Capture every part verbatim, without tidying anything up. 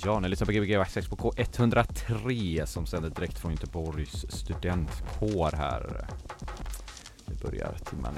Ja, ni lyssnar på G B G Access på K ett noll tre som sänder direkt från Göteborgs studentkår här. Vi börjar timmen nu.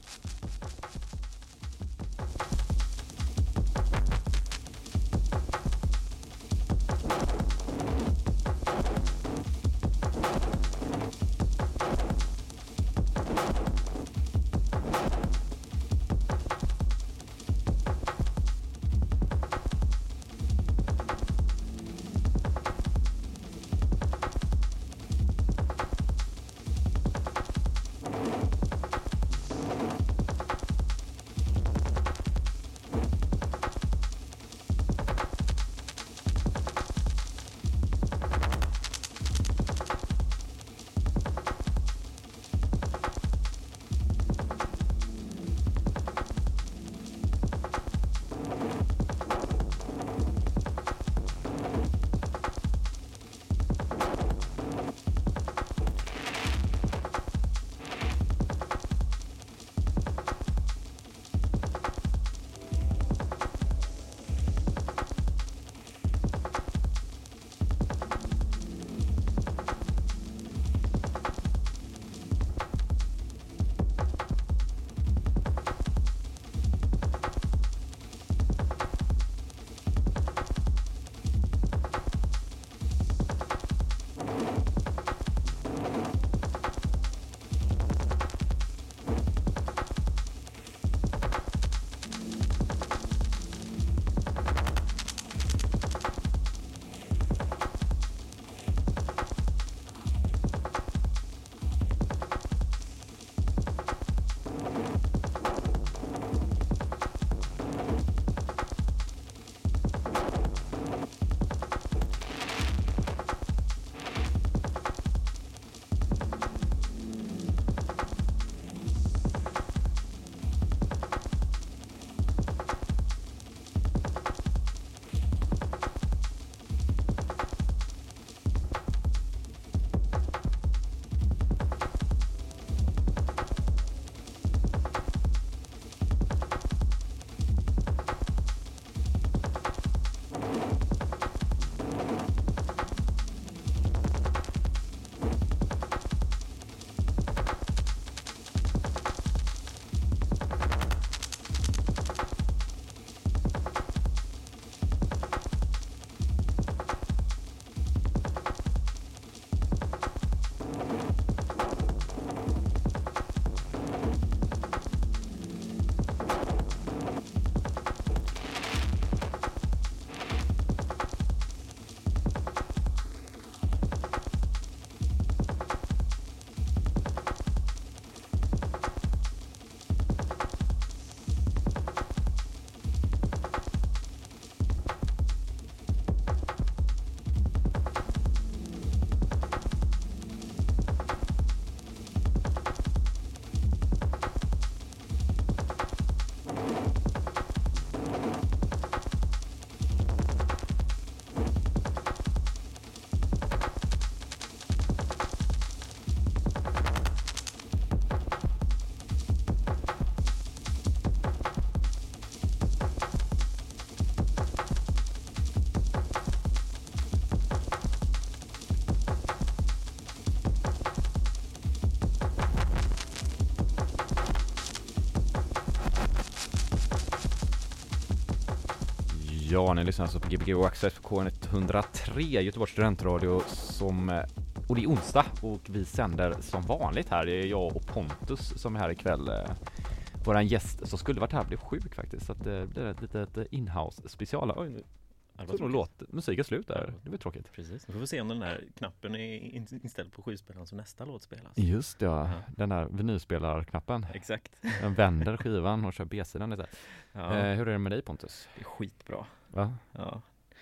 Ja, ni lyssnar alltså på G B G Access på K ett noll tre, Göteborgs studentradio, som, och det är onsdag och vi sänder som vanligt här. Det är jag och Pontus som är här ikväll. Våran gäst som skulle varit här blev sjuk faktiskt, så att det blir ett litet in-house special. Oj, nu så nog låt musiken slut där. Det blir tråkigt. Precis. Nu får vi se om den där knappen är inställd på skivspelaren så nästa låt spelas. Just det, ja. Den där vinylspelarknappen. Exakt. Den vänder skivan och kör B-sidan lite. Ja. Eh, hur är det med dig, Pontus? Det är skitbra. Va? Ja.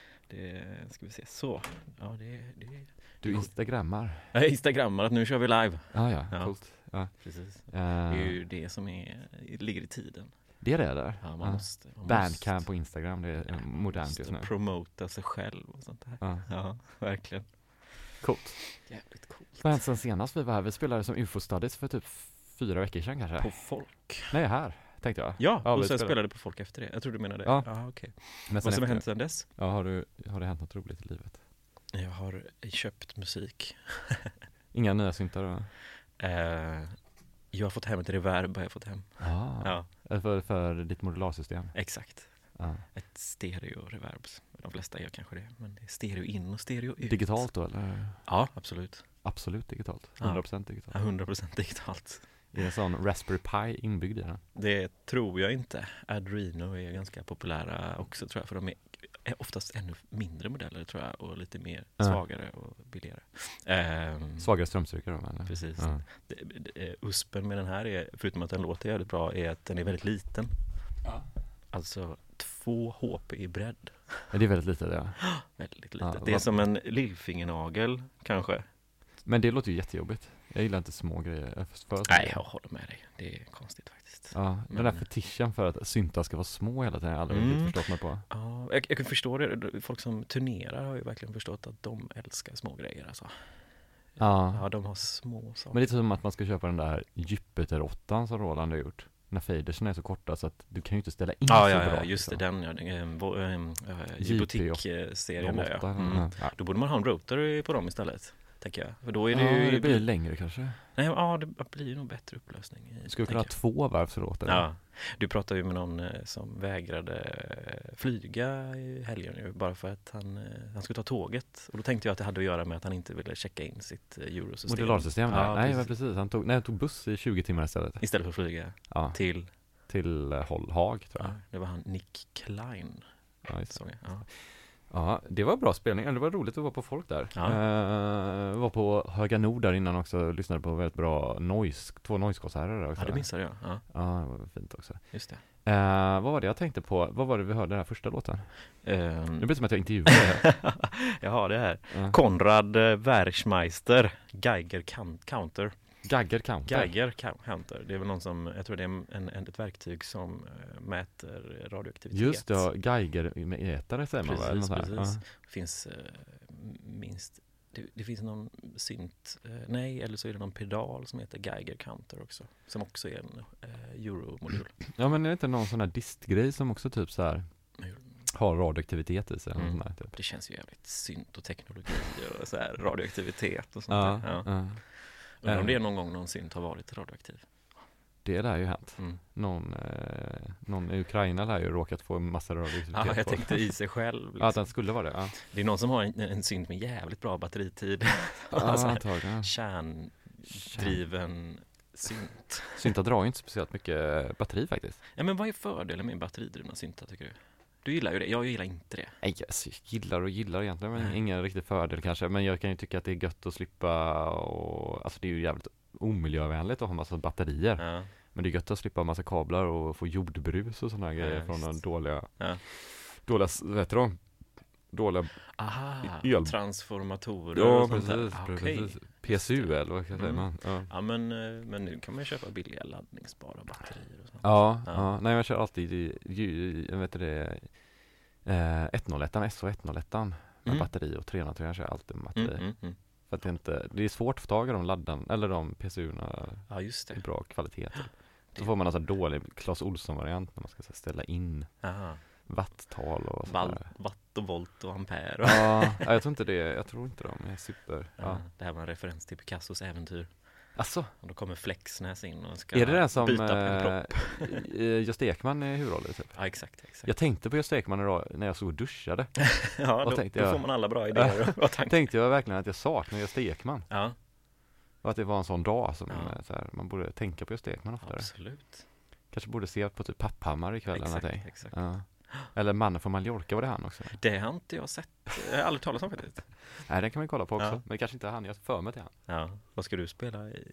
Det ska vi se. Så. Ja, det det Du instagrammar. Jag instagrammar att nu kör vi live. Ah, ja, ja, coolt. Ja. Precis. Uh, det är ju det som är ligger i tiden. Det är det där. Ja, man ja. måste. Man Bandcamp måste, på Instagram, det är ja, modernt just nu. Promota sig själv och sånt där. Ja, ja verkligen. Coolt. Jävligt coolt. Vad hände sen senast vi var här? Vi spelade som U F O Studies för typ fyra veckor sedan kanske. På Folk. Nej, här. tänkte jag. Ja, ja och vi sen spelade. spelade på folk efter det. Jag tror du menade det. Ja. Ja, okej. Men Vad sen som har efter- hänt sedan dess? Ja, har, du, har det hänt något roligt i livet? Jag har köpt musik. Inga nya syntar då? Eh, jag har fått hem ett reverb, har jag fått hem. Ah. Ja, För, för ditt modularsystem? exakt. Ah. Ett stereo-reverb. De flesta gör kanske det, men det är stereo in och stereo ut. Digitalt då eller? Ja, absolut. Absolut digitalt? Ja. hundra procent digitalt? Ja, hundra procent digitalt. Är det en sån Raspberry Pi inbyggd i den? Det tror jag inte. Adreno är ganska populära också tror jag, för de är är oftast ännu mindre modeller tror jag och lite mer Ja. svagare och billigare. Ehm, Svagare strömstyrka då? Eller? Precis. Ja. det, det, uspen med den här är, förutom att den låter jävligt bra, är att den är väldigt liten. Ja. Alltså två H P i bredd. Ja, det är väldigt litet, ja. Väldigt litet. Ja, det är vad- som en lillfingernagel kanske. Men det låter ju jättejobbigt. Jag gillar inte små grejer. Jag förstår- Nej, jag håller med dig. Det är konstigt faktiskt. Ja, den Men- där fetischen för att syntar ska vara små hela tiden har jag aldrig Mm. riktigt förstått mig på. Ja, jag, jag kan förstå det. Folk som turnerar har ju verkligen förstått att de älskar små grejer alltså. Ja. Ja, de har små saker. Men det är lite som att man ska köpa den där Jupiter åtta som Roland har gjort. När fadersen är så korta så att du kan ju inte ställa in Ja, så ja, bra. ja, just det, liksom. den ja. Den, ähm, vå- ähm, äh, J P Butik-serien där ja. åtta, Mm. ja. Då borde man ha en rotor på dem istället, tänker jag. För då är det Ja, ju... det blir längre kanske. Nej, ja, det blir nog bättre upplösning. i- Du skulle kunna ha tänker två varvs rotor. jag. Ja, du pratade ju med någon eh, som vägrade eh, flyga i helgen ju, bara för att han, eh, han skulle ta tåget. Och då tänkte jag att det hade att göra med att han inte ville checka in sitt eh, eurosystem. Modularsystem där. Ja, Nej, precis. men precis. Han tog, nej, han tog buss i tjugo timmar istället. Istället för att flyga Ja, till... till eh, Håll- Haag tror jag. Ja, det var han Nick Klein. Ja, just det. Såg jag. Ja. Ja, det var bra spelning. Det var roligt att vara på folk där. Ja. Eh, var på Höga Nord där innan också och lyssnade på väldigt bra noise, två noise-konserter där också. Ja, det missade jag. Ja, Ja, det var fint också. just det. Eh, vad var det jag tänkte på? Vad var det vi hörde den här första låten? Ehm, Det blir det som att jag intervjuade. jag har det här. Ja. Konrad eh, Werschmeister, Geiger Coun- Counter. Gagger Counter. Geiger Cou- Counter. Det är väl någon som, jag tror det är en, en, ett verktyg som eh, mäter radioaktivitet. Just det, ja, Geiger-mätare säger man väl? Precis, Något sånt här. precis. Det finns eh, minst, det, det finns någon synt, eh, nej, eller så är det någon pedal som heter Geiger Counter också. Som också är en eh, euromodul. Ja. Ja, men är det inte någon sån här distgrej som också typ så här har radioaktivitet i sig? eller Mm. något sånt där, typ. Det känns ju jävligt synt och teknologi och så här radioaktivitet och sånt Ja, där. Ja. ja. Undrar om Eh. det är någon gång någon synt har varit radioaktiv. Det lär ju hänt. Mm. Någon, eh, någon i Ukraina lär ju råkat få en massa radioaktivitet Ja, jag på. tänkte i sig själv. Ja, Liksom. att den skulle vara det. Ja, Det är någon som har en, en synt med jävligt bra batteritid. ja Alltså, antagligen. kärndriven synt. Syntar drar ju inte speciellt mycket batteri faktiskt. Ja, men vad är fördelen med batteridrivna syntar tycker du? Du gillar ju det, jag gillar inte det. Nej, alltså, jag gillar och gillar egentligen, men Nej. ingen riktig fördel kanske. Men jag kan ju tycka att det är gött att slippa och, alltså det är ju jävligt omiljövänligt att ha massa batterier. Ja. Men det är gött att slippa massa kablar och få jordbrus och sådana här Ja, grejer från visst. de dåliga, Ja. dåliga, vad heter de? Dåliga, Aha, El- transformatorer ja och sånt där. precis, Ah, okej. precis. P S U eller vad säger Mm. man? Ja. Ja, men, eh, men nu kan man ju köpa billiga laddningsbara batterier och sånt. Ja, Ja. ja. Nej, jag kör alltid i, i, jag vet inte det, eh, etthundraett, S H etthundraett med Mm. batteri och trehundratre kör jag alltid med batteri. Mm, mm, mm. För att det inte, det är svårt att få tag i de laddan, eller de P S U-erna Ja, just i det. bra kvalitet. Typ. Det- Så får man alltså dålig Clas Ohlson-variant när man ska så här, ställa in Aha. watttal och sånt Val, där. watt och volt och ampere. Och Ja, ja, jag tror inte det, jag tror inte de är super. Ja. ja. Det här var en referens till Picassos äventyr. Alltså, Och då kommer Flexnäs in och ska är det den som byta en eh, propp. eh, Gösta Ekman är huvudrollen typ? Ja, exakt, exakt. Jag tänkte på Gösta Ekman idag när jag såg och duschade. ja, vad då, tänkte då jag? får man alla bra idéer och, och tankar. Tänkte jag verkligen att jag saknar Gösta Ekman. Ja, Och att det var en sån dag som Ja. eh, så här, man borde tänka på Gösta Ekman oftare. absolut. Kanske borde se på typ Papphammar ikväll eller Exakt, någonting. exakt. Ja. Eller Mannen från Mallorca, var det han också? Det har inte jag sett. Jag har aldrig talat om faktiskt. Nej, den kan man kolla på också. Ja. Men det kanske inte är han, jag har för mig till han. Ja. Vad ska du spela i,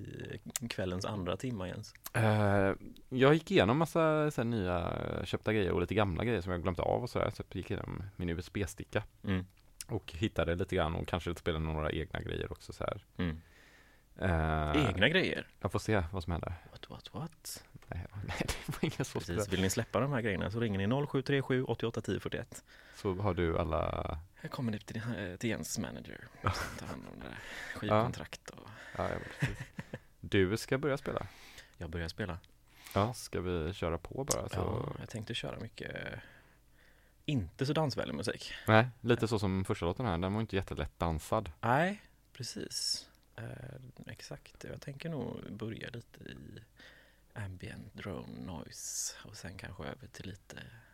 i kvällens andra timme, Jens? Uh, jag gick igenom massa så här, nya köpta grejer och lite gamla grejer som jag glömt av och sådär. Så jag gick igenom min U S B-sticka Mm. och hittade lite grann och kanske spelade några egna grejer också så här. Mm. Eh, Egna grejer? Jag får se vad som händer. What, what, what? Nej, nej det var inga så. Precis. Vill ni släppa de här grejerna så ringer ni noll sju tre sju åtta åtta tio fyrtioett. Så har du alla... Här kommer ni till, eh, till Jens manager. Ta hand om det där. Skivkontrakt och... Ja, jag vet, precis. Du ska börja spela. Jag börjar spela. Ja, ska vi köra på bara? Så... Ja, jag tänkte köra mycket inte så dansvänlig musik. Nej, lite så som första låten här. Den var inte jättelätt dansad. Nej, precis. Eh, exakt. Jag tänker nog börja lite i ambient drone noise och sen kanske över till lite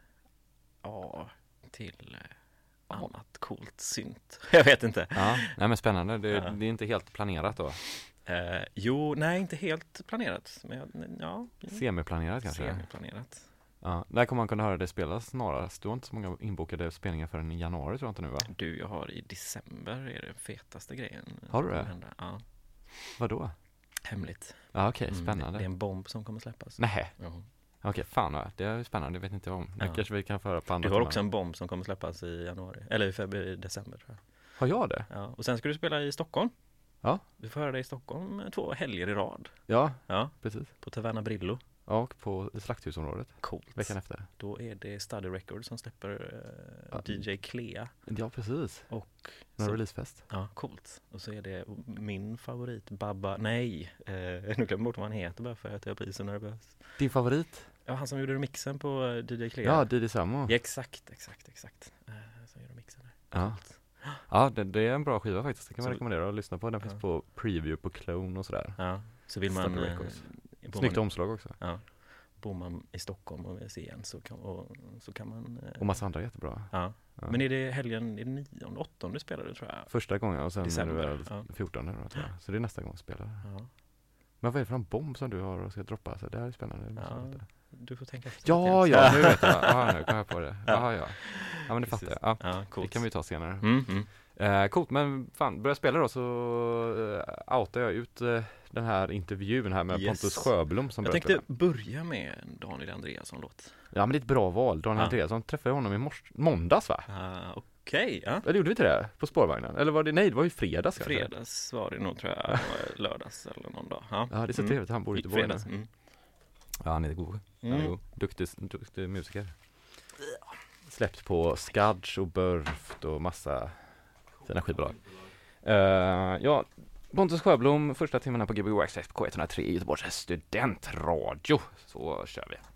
ja, till eh, annat coolt synt. Jag vet inte. Ja, nej men spännande. Det, Ja. det är inte helt planerat då. Eh, jo, nej, inte helt planerat. Men jag- ja, Semiplanerat kanske. semiplanerat. Ja, där kommer man kunna höra det spelas snarast. Du har inte så många inbokade spelningar förrän i januari tror jag inte nu va? Du, jag har i december är det den fetaste grejen. Har du som det? kommer hända. Ja, Vadå? hemligt. Ja okej, Mm, spännande. det, det är en bomb som kommer släppas. Nej, Ja. okej fan va? Det är spännande, det vet inte jag om. Det Ja. kanske vi kan föra på andra Du har timmar. också en bomb som kommer släppas i januari. Eller i februari, december tror jag. Har jag det? Ja. Och sen ska du spela i Stockholm. Ja. Vi får höra dig i Stockholm två helger i rad. Ja, Ja, precis. på Taverna Brillo. Ja, och på slakthusområdet Coolt. veckan efter. Då är det Study Records som släpper eh, Ja. D J Clea. Ja, precis. Och Någon så, releasefest. ja, coolt. Och så är det min favorit Babba, nej, eh, nu glömmer jag bort vad han heter bara för att jag blir så nervös. Din favorit? Ja, han som gjorde remixen på eh, D J Clea. Ja, Didi Samo. Ja, exakt, exakt, exakt. Eh, som gjorde remixen där. Ja. Coolt. Ja, det, det är en bra skiva faktiskt. Det kan man Så- rekommendera att lyssna på. Den finns Ja. på preview på Clone och sådär. Ja, så vill man, Study eh, Records. bor Snyggt man, omslag också. ja, bor man i Stockholm och vill se en så kan, och, så kan man eh, Och massa andra jättebra. ja. Ja. Men är det helgen, är det nionde, åttonde spelade tror jag? Första gången och sen December, är det väl ja. fjortonde då, tror jag. Så det är nästa gång vi spelar. Ja. Men vad är det för en bomb som du har och ska droppa? Alltså, det här är spännande. Det måste jag Ja, veta. du får tänka efter. Ja, lite. ja, nu vet jag. Ja, nu kom jag på det. Ja. Jaha, ja. Ja, men det fattar jag. Ja, Ja, det coolt. kan vi ta senare. Mm, mm. Eh, coolt, men fan, börja spela då så uh, outar jag ut eh, den här intervjun här med Yes. Pontus Sjöblom som Jag börjar tänkte spela. börja med en Daniel Andreasson-låt. Ja, men det är ett bra val. Daniel Ja. Andreasson träffade jag honom i mors- måndags va? Ah, Okej, ja. Eller gjorde vi inte det? På spårvagnen? Eller var det, nej det var ju fredags kanske. Fredags var det nog tror jag, eller lördags eller någon dag. Ja, Ja, det är så Mm. trevligt, han bor i Göteborg nu. Fredags. Mm. Ja, han är god. Han är Mm. god. Duktig, duktig musiker. Släpps på Skudge och Burft och massa fina skivbolag. Uh, ja, Pontus Sjöblom, första timmen här på G B O Access på K ett noll tre Göteborgs studentradio. Så kör vi.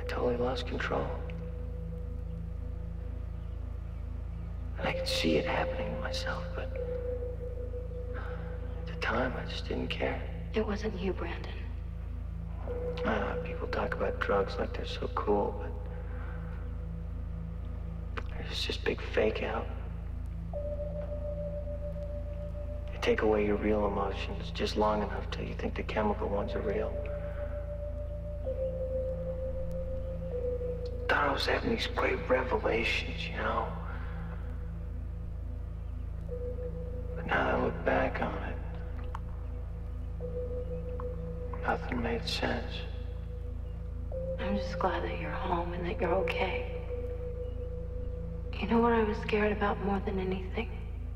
totally lost control. And I could see it happening to myself, but at the time I just didn't care. It wasn't you, Brandon. I know people talk about drugs like they're so cool, but it's just big fake out. They take away your real emotions just long enough till you think the chemical ones are real. Thought I was having these great revelations, you know. But now that I look back on it, nothing made sense. I'm just glad that you're home and that you're okay. You know what I was scared about more than anything?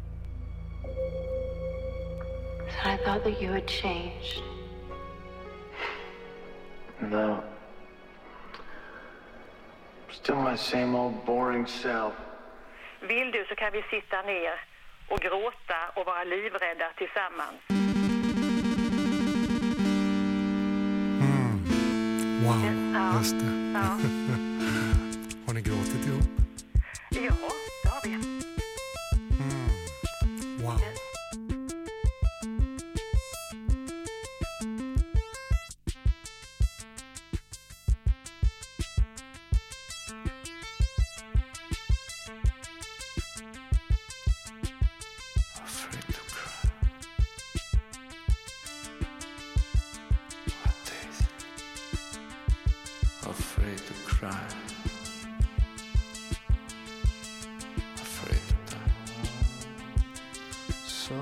That I thought that you had changed. No. Still my same old boring self. Vill du så kan vi sitta ner och gråta och vara livrädda tillsammans. Mm. Wow, Ja. just det. Ja. Har ni gråtit ihop? Ja, det har vi. Mm. Wow. Afraid to cry. What days? Afraid to cry. Afraid to die. So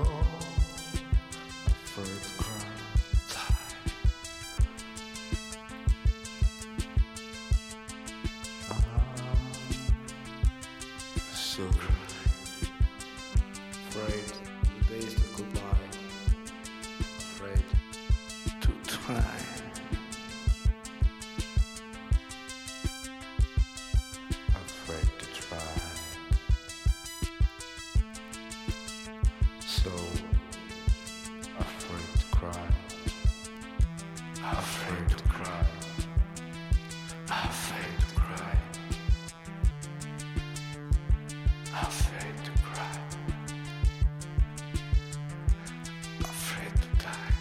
afraid to cry. Die. Ah, so cry. Afraid the days that go by. Afraid to try. Afraid to try. So afraid to cry. Afraid to cry. Afraid to cry. Afraid to cry. Afraid to die.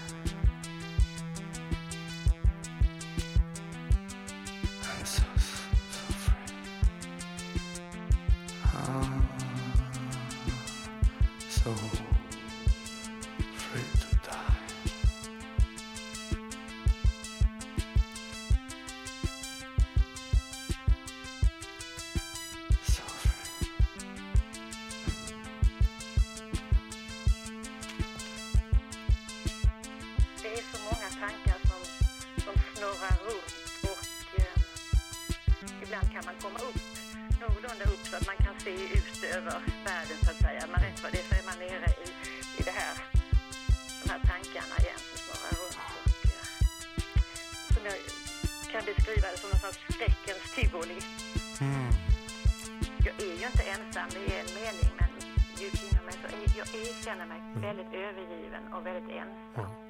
I'm so, so afraid. Ah, so afraid to die. So afraid. Det är så många tankar som, som snurrar runt och eh, ibland kan man komma upp, någorlunda upp så att man kan se ut över världen så att säga. Man rätt vad det är så är man nere i, i det här, de här tankarna igen som snurrar runt och eh, som jag kan beskriva det som en slags skräckens tivoli. Mm. Jag är ju inte ensam, det är en mening, men djupt inom mig så är, jag är, känner mig väldigt övergiven och väldigt ensam. Ja.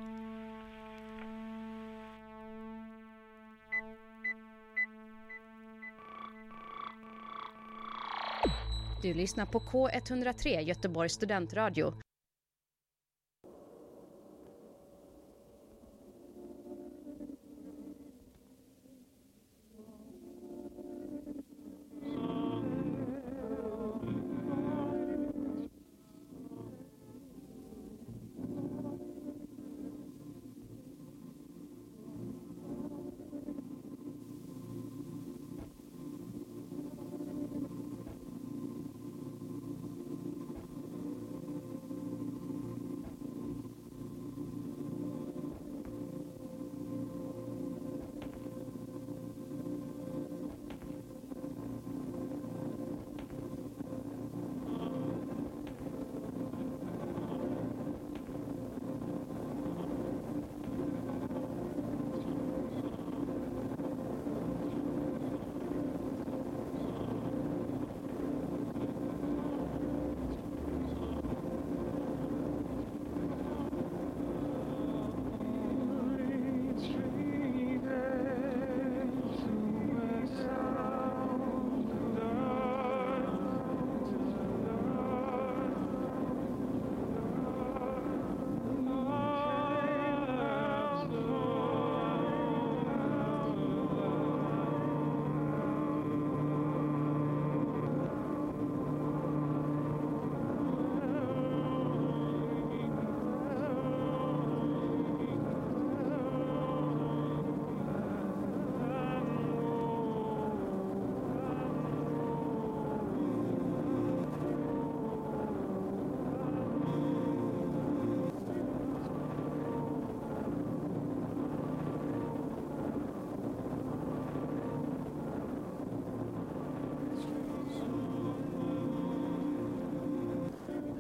Du lyssnar på K ett noll tre Göteborgs studentradio.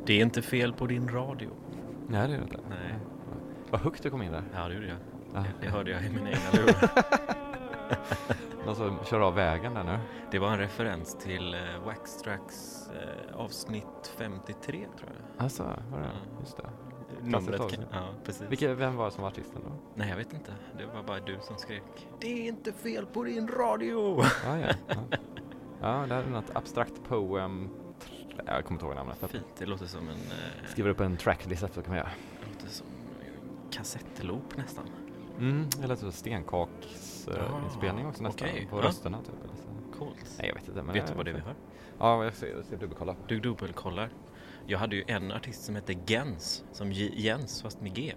Det är inte fel på din radio. Nej, det är det inte. Nej. Vad högt du kom in där. Ja, det gjorde jag. Ja. Det, det hörde jag i min egna lur. Någon som kör av vägen där nu. Det var en referens till uh, Waxtrax uh, avsnitt femtiotre, tror jag. Alltså, var det? Ja. Just det. Numret avsnitt. kan, ja, precis. Vilka, vem var det som var artisten då? Nej, jag vet inte. Det var bara du som skrek. Det är inte fel på din radio! Ja, ja. Ja, ja det här är något abstrakt poem. Jag kommer inte ihåg namnet. Fint, det låter som en... Uh, Skriver upp en tracklist så kan man göra. det låter som en kassettloop nästan. Mm, eller så stenkaks uh, Ja, inspelning också nästan. okej. På Ja. rösterna typ. Eller så. Coolt. Nej, jag vet inte. Men Vet det, du vad det är vi hör? Ja, jag ser, jag ser dubbelkolla. Du dubbelkollar. Jag hade ju en artist som hette Gens, som J- Jens fast med G.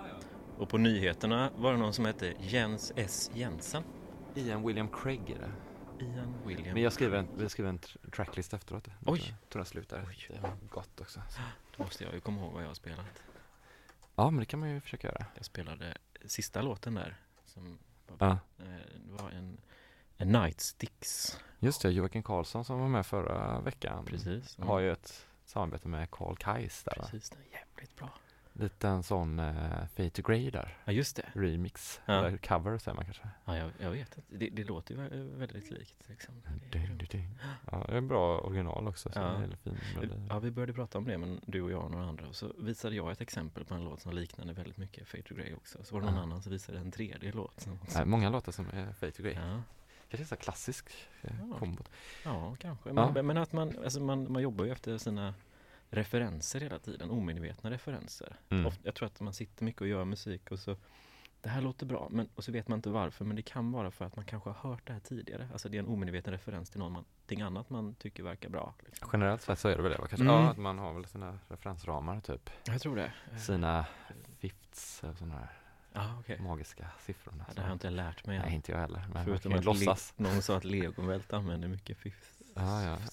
Och på nyheterna var det någon som hette Jens S. Jensen. Ian William Craig är det. Ian William. Men jag skriver en, vi skriver en tr- tracklist efteråt. Oj. Jag tror- tror jag slutar. Oj. Det är gott också. Så. Då måste jag ju komma ihåg vad jag har spelat. Ja, men det kan man ju försöka göra. Jag spelade sista låten där. Som Ja. eh, det var en, en Nightsticks. Just det, Joakim Karlsson som var med förra veckan. Precis. Har ju ett samarbete med Carl Kais där va? Precis, det är jävligt bra. Lite en sån uh, Fade to Grey där. Ja, just det. Remix. Ja. Eller cover säger man kanske. Ja, jag, jag vet inte. Det, det låter ju vä- väldigt likt. Liksom. Det är Ding, ding, ding. Ja, det är en bra original också. Så Ja. det är väldigt fin melodi. Ja, vi började prata om det, men du och jag och några andra. Och så visade jag ett exempel på en låt som liknade väldigt mycket Fade to Grey också. Så var det någon Ja. annan som visade en tredje låt. Som, Nej, många låtar som är Fade to Grey. ja, Kanske är så här klassisk eh, Ja. kombo. ja, kanske. Ja. Men, men att man, alltså man, man jobbar ju efter sina referenser hela tiden. Omedvetna referenser. Mm. Ofta, jag tror att man sitter mycket och gör musik och så det här låter bra, men, och så vet man inte varför, men det kan vara för att man kanske har hört det här tidigare. Alltså det är en omedveten referens till någonting annat man tycker verkar bra. Liksom. Generellt sett så är det väl det va? Kanske? Mm. Ja, att man har väl sina referensramar typ. Jag tror det. Eh, Sina fifths och sådana här Ja, okej. magiska siffrorna. Ja, det har jag inte lärt mig än. Nej, inte jag heller. Men Förutom man att kan le- ju låtsas. någon sa att Legovält använder mycket fifth. Ja, ja.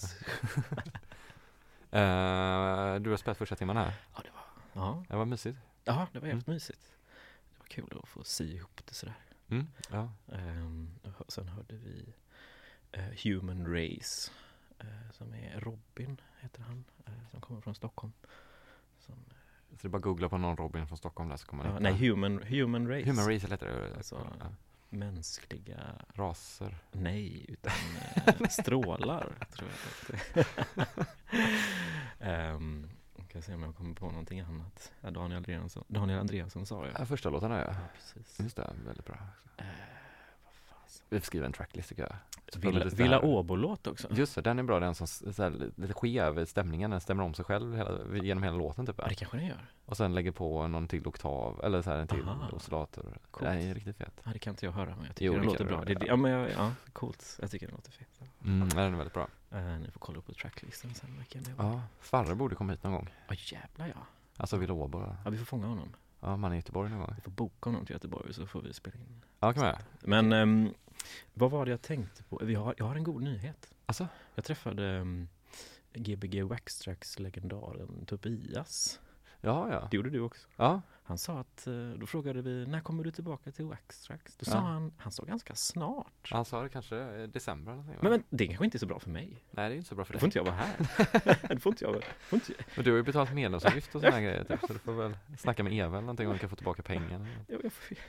Eh, du har spelat första timmen här. Ja, det var, ja. Det var mysigt. Ja, det var jävligt mysigt. Det var kul att få sy ihop det sådär. Mm. Ja. Um, och sen hörde vi uh, Human Race, uh, som är Robin, heter han, uh, som kommer från Stockholm. Som, Så det är bara att googla på någon Robin från Stockholm där så kommer man ja, hitta- nej, human, human Race. Human race heter det. Alltså, ja. Mänskliga, Raser. nej, utan uh, strålar, tror jag. Att det- um, jag ska se om jag kommer på någonting annat. Ja, Daniel Andreasson, Daniel Andreasson sa jag. Ja, första låten är Ja, ja. precis. Just det, väldigt bra. Uh, vad fasen. Vi skriver en tracklist tycker jag. Så Villa, lite så Villa här- Åbo-låt också. Just det, den är bra. Den som s- så här, lite skev i stämningen. Den stämmer om sig själv hela, genom hela låten typ. Ja, det kanske den gör. Och sen lägger på någon till oktav. Eller så här en till Aha. oscillator. Coolt. Det är riktigt fet. Ja, det kan inte jag höra, men jag tycker Jo, den det låter kan du bra. höra. Det, ja, men jag, ja, coolt. Jag tycker den låter fet. Mm, ja, den är väldigt bra. Uh, ni får kolla upp på tracklisten sen vilken det var. Ja, Farre borde komma hit någon gång. Ja, jävlar ja. Alltså Villa Åbo. Ja, vi får fånga honom. Ja, man är i Göteborg någon gång. Vi får boka honom till Göteborg så får vi spela in. Ja, kan man göra. Men um, vad var det jag tänkte på? Vi har, jag har en god nyhet. Alltså? Jag träffade um, G B G Waxtrax-legendaren Tobias. Ja, ja. Det gjorde du också. Ja, Han sa att, uh, då frågade vi, när kommer du tillbaka till Waxtrax? Då Ja. sa han, han sa ganska snart. han sa det kanske i december eller någonting, va? Men, men det kanske inte är så bra för mig. Nej, det är inte så bra för Då dig. får inte jag vara här. Då får inte jag, får inte, Men du har ju betalt medlemsavgift och sådana här grejer typ, så du får väl snacka med Eva eller någonting om du kan få tillbaka pengarna. jag, jag får,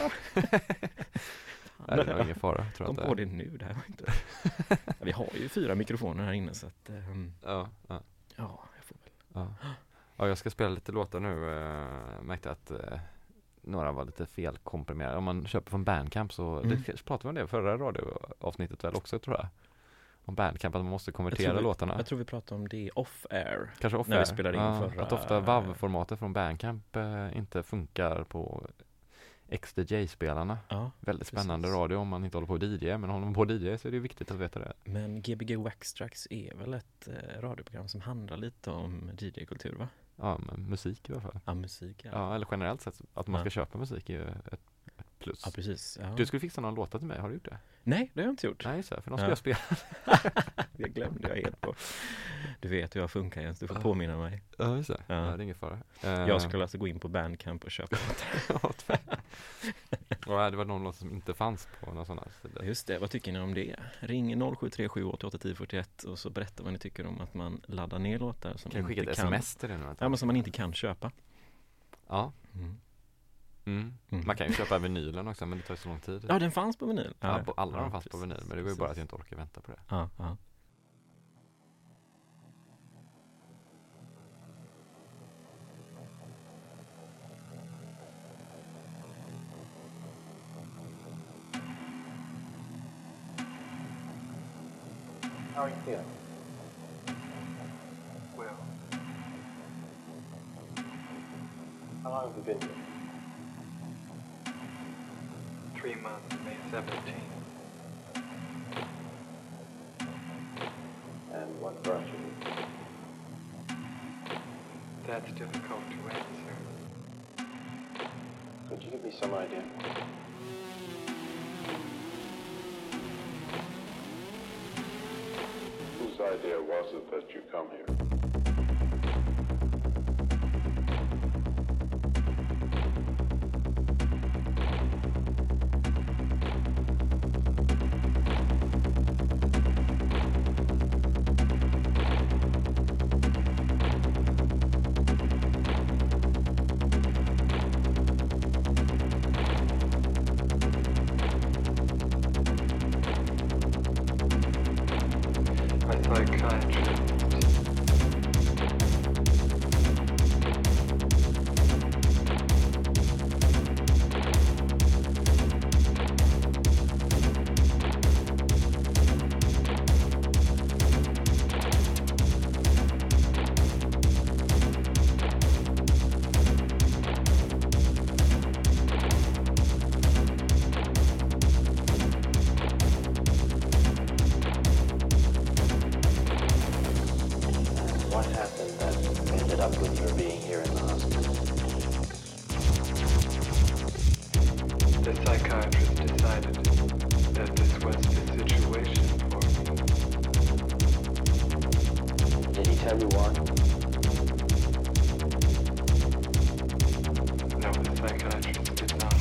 Nej, det är nog ingen fara, tror jag kom inte. på det nu, det här var inte... Ja, vi har ju fyra mikrofoner här inne så att, um, Ja, ja, ja, jag får väl. ja. Ja, jag ska spela lite låtar nu. Jag märkte att eh, några var lite felkomprimerade. Om man köper från Bandcamp så, Mm. det pratade vi om det i förra radioavsnittet väl också, tror jag. Om Bandcamp, att man måste konvertera vi, låtarna. Jag tror vi pratade om det off-air. Kanske ofta när vi spelade in förra- Att ofta W A V-formatet från Bandcamp eh, inte funkar på X D J-spelarna. Ja, Väldigt spännande precis. radio om man inte håller på att D J, men håller man på att D J så är det viktigt att veta det. men G B G Waxtrax är väl ett eh, radioprogram som handlar lite om D J-kultur, va? Ja, men musik i alla fall. Ja, musik. Ja, Ja, eller generellt sett att man Ja. ska köpa musik är ju ett, ett plus. ja precis. Ja. Du skulle fixa någon låta till mig, har du gjort det? Nej, det har jag inte gjort. Nej, så här, för någon Ja. ska jag spela. Det glömde jag helt på. Du vet hur jag funkar, Jens. Du får Ja. påminna mig. Ja, just det. Ja. Ja. Det är ingen fara. Eh, Jag skulle alltså gå in på Bandcamp och köpa. ja, tvär. Ja, det var någon låt som inte fanns på någon sån här sida. Just det, vad tycker ni om det? Ring noll sju tre sju åtta åtta tio fyrtioett och så berätta vad ni tycker om att man laddar ner låtar som Kan jag skicka ett inte kan, sms till det nu? ja, men som man inte kan köpa. Ja. Mm. Mm. Mm. Man kan ju köpa vinylen också, men det tar ju så lång tid. Ja, den fanns på vinyl. Ja, på alla ja, de fanns på precis, vinyl, men det var ju bara att jag inte orkar vänta på det. Ja, ja. How are you feeling? Well, How long have you been here? three months, May seventeenth. And what brought you here? That's difficult to answer. Could you give me some idea? Whose idea was it that you come here? My psychiatrist. What happened that ended up with your being here in the hospital? The psychiatrist decided that this was the situation for me. Did he tell you why? No, the psychiatrist did not.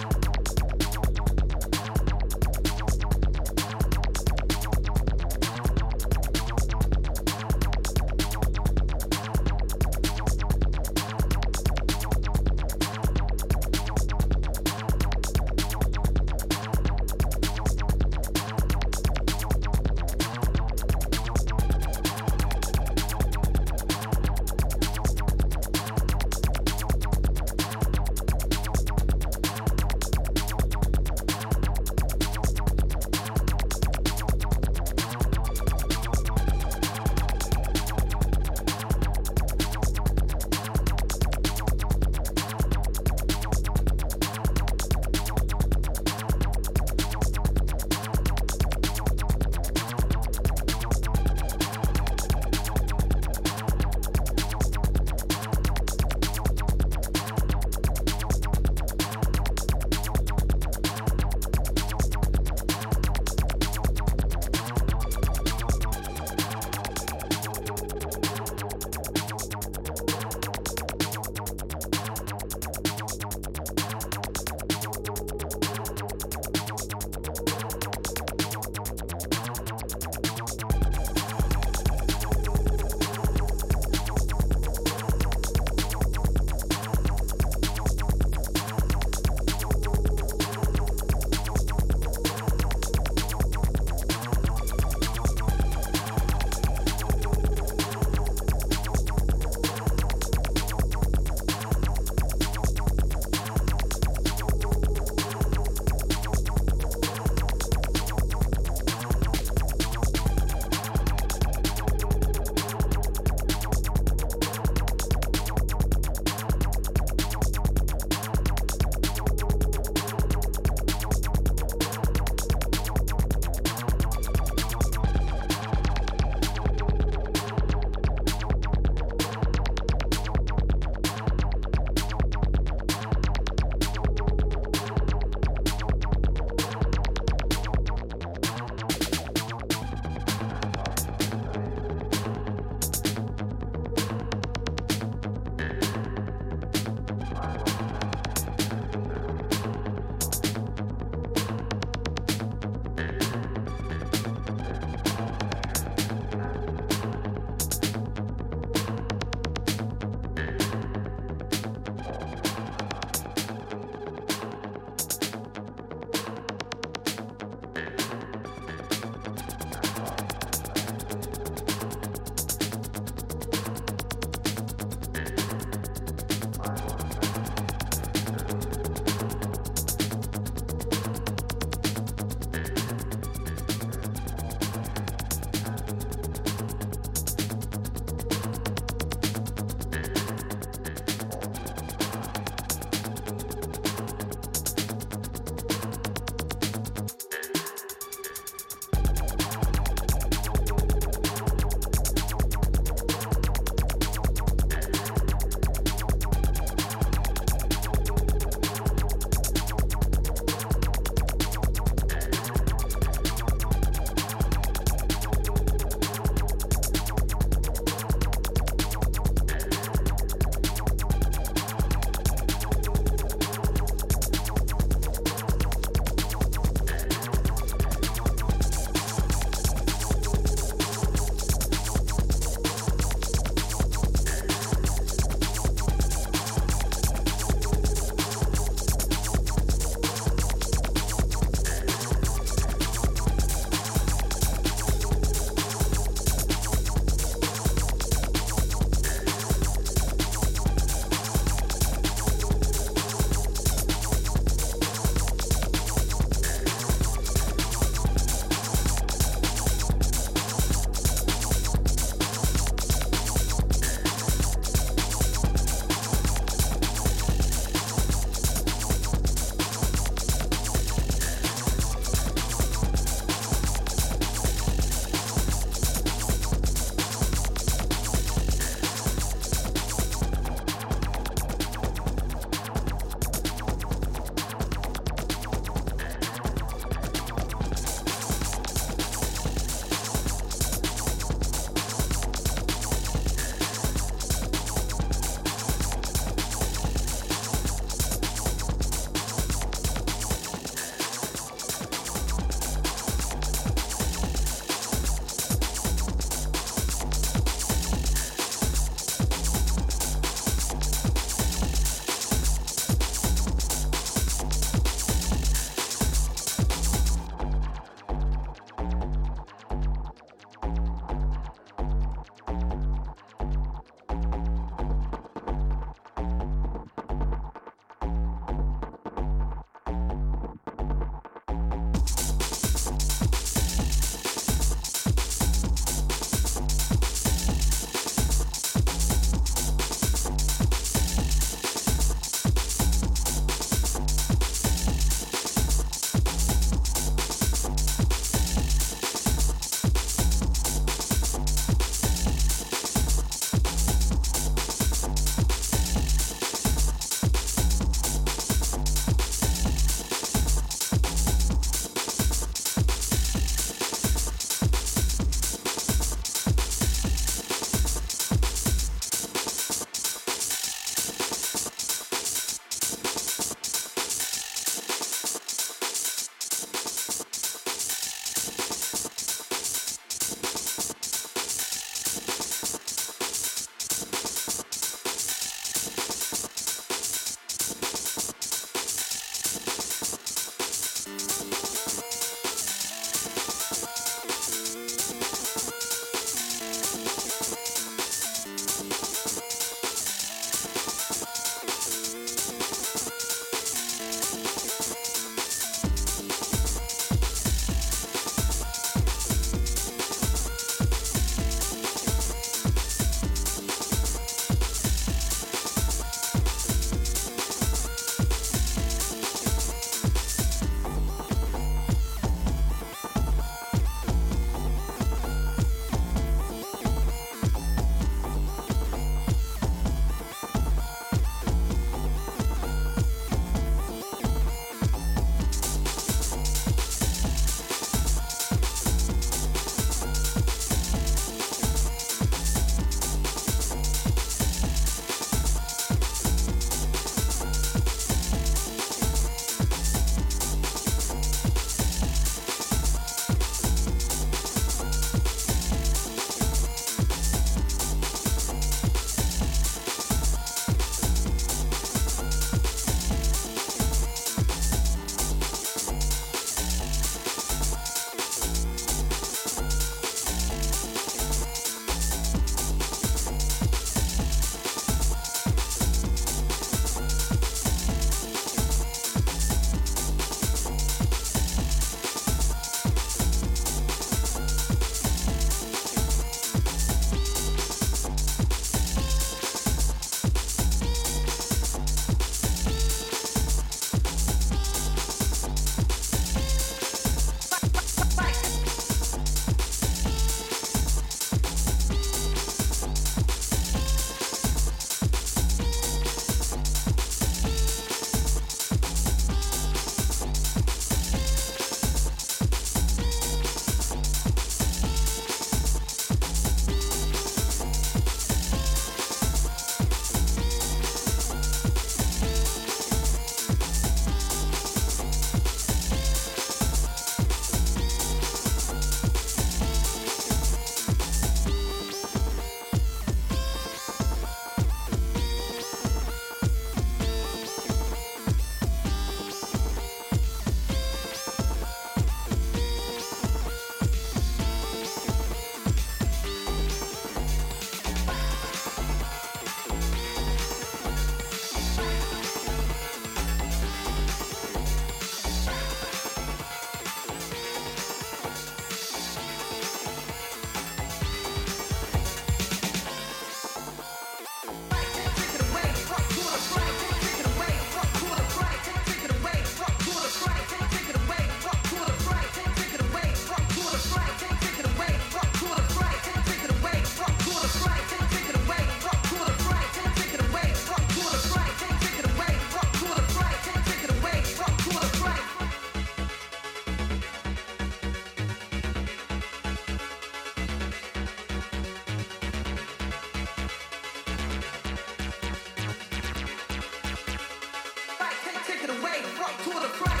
it away, rock to the front.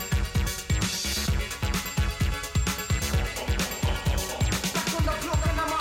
Back on the block and I'm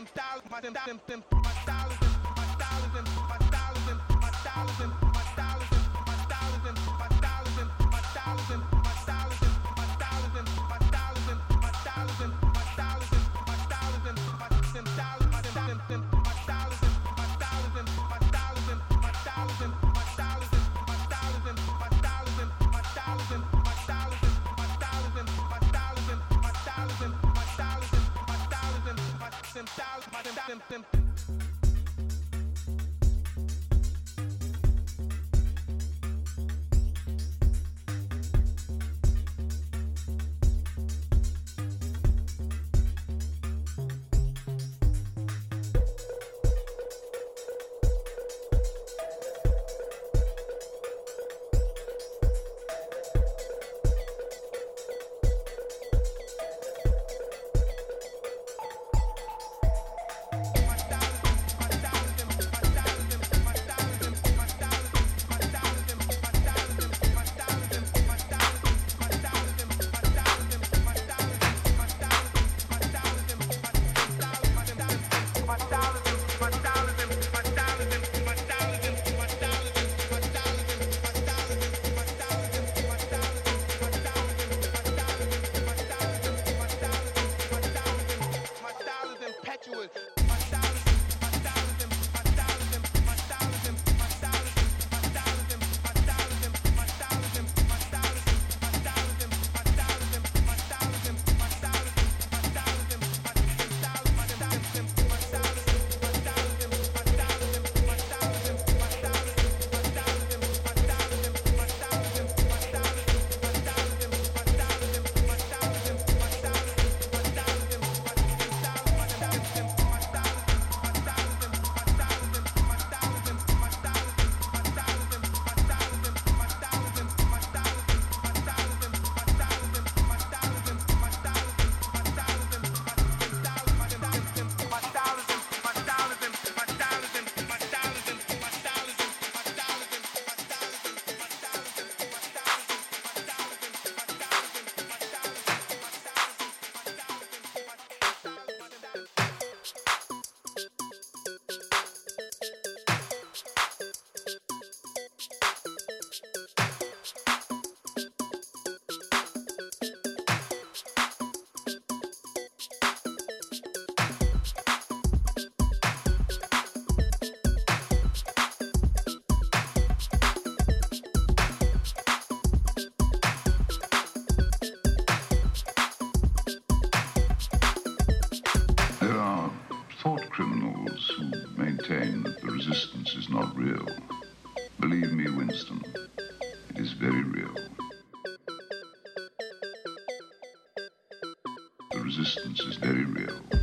criminals who maintain that the resistance is not real. Believe me, Winston, it is very real. The resistance is very real.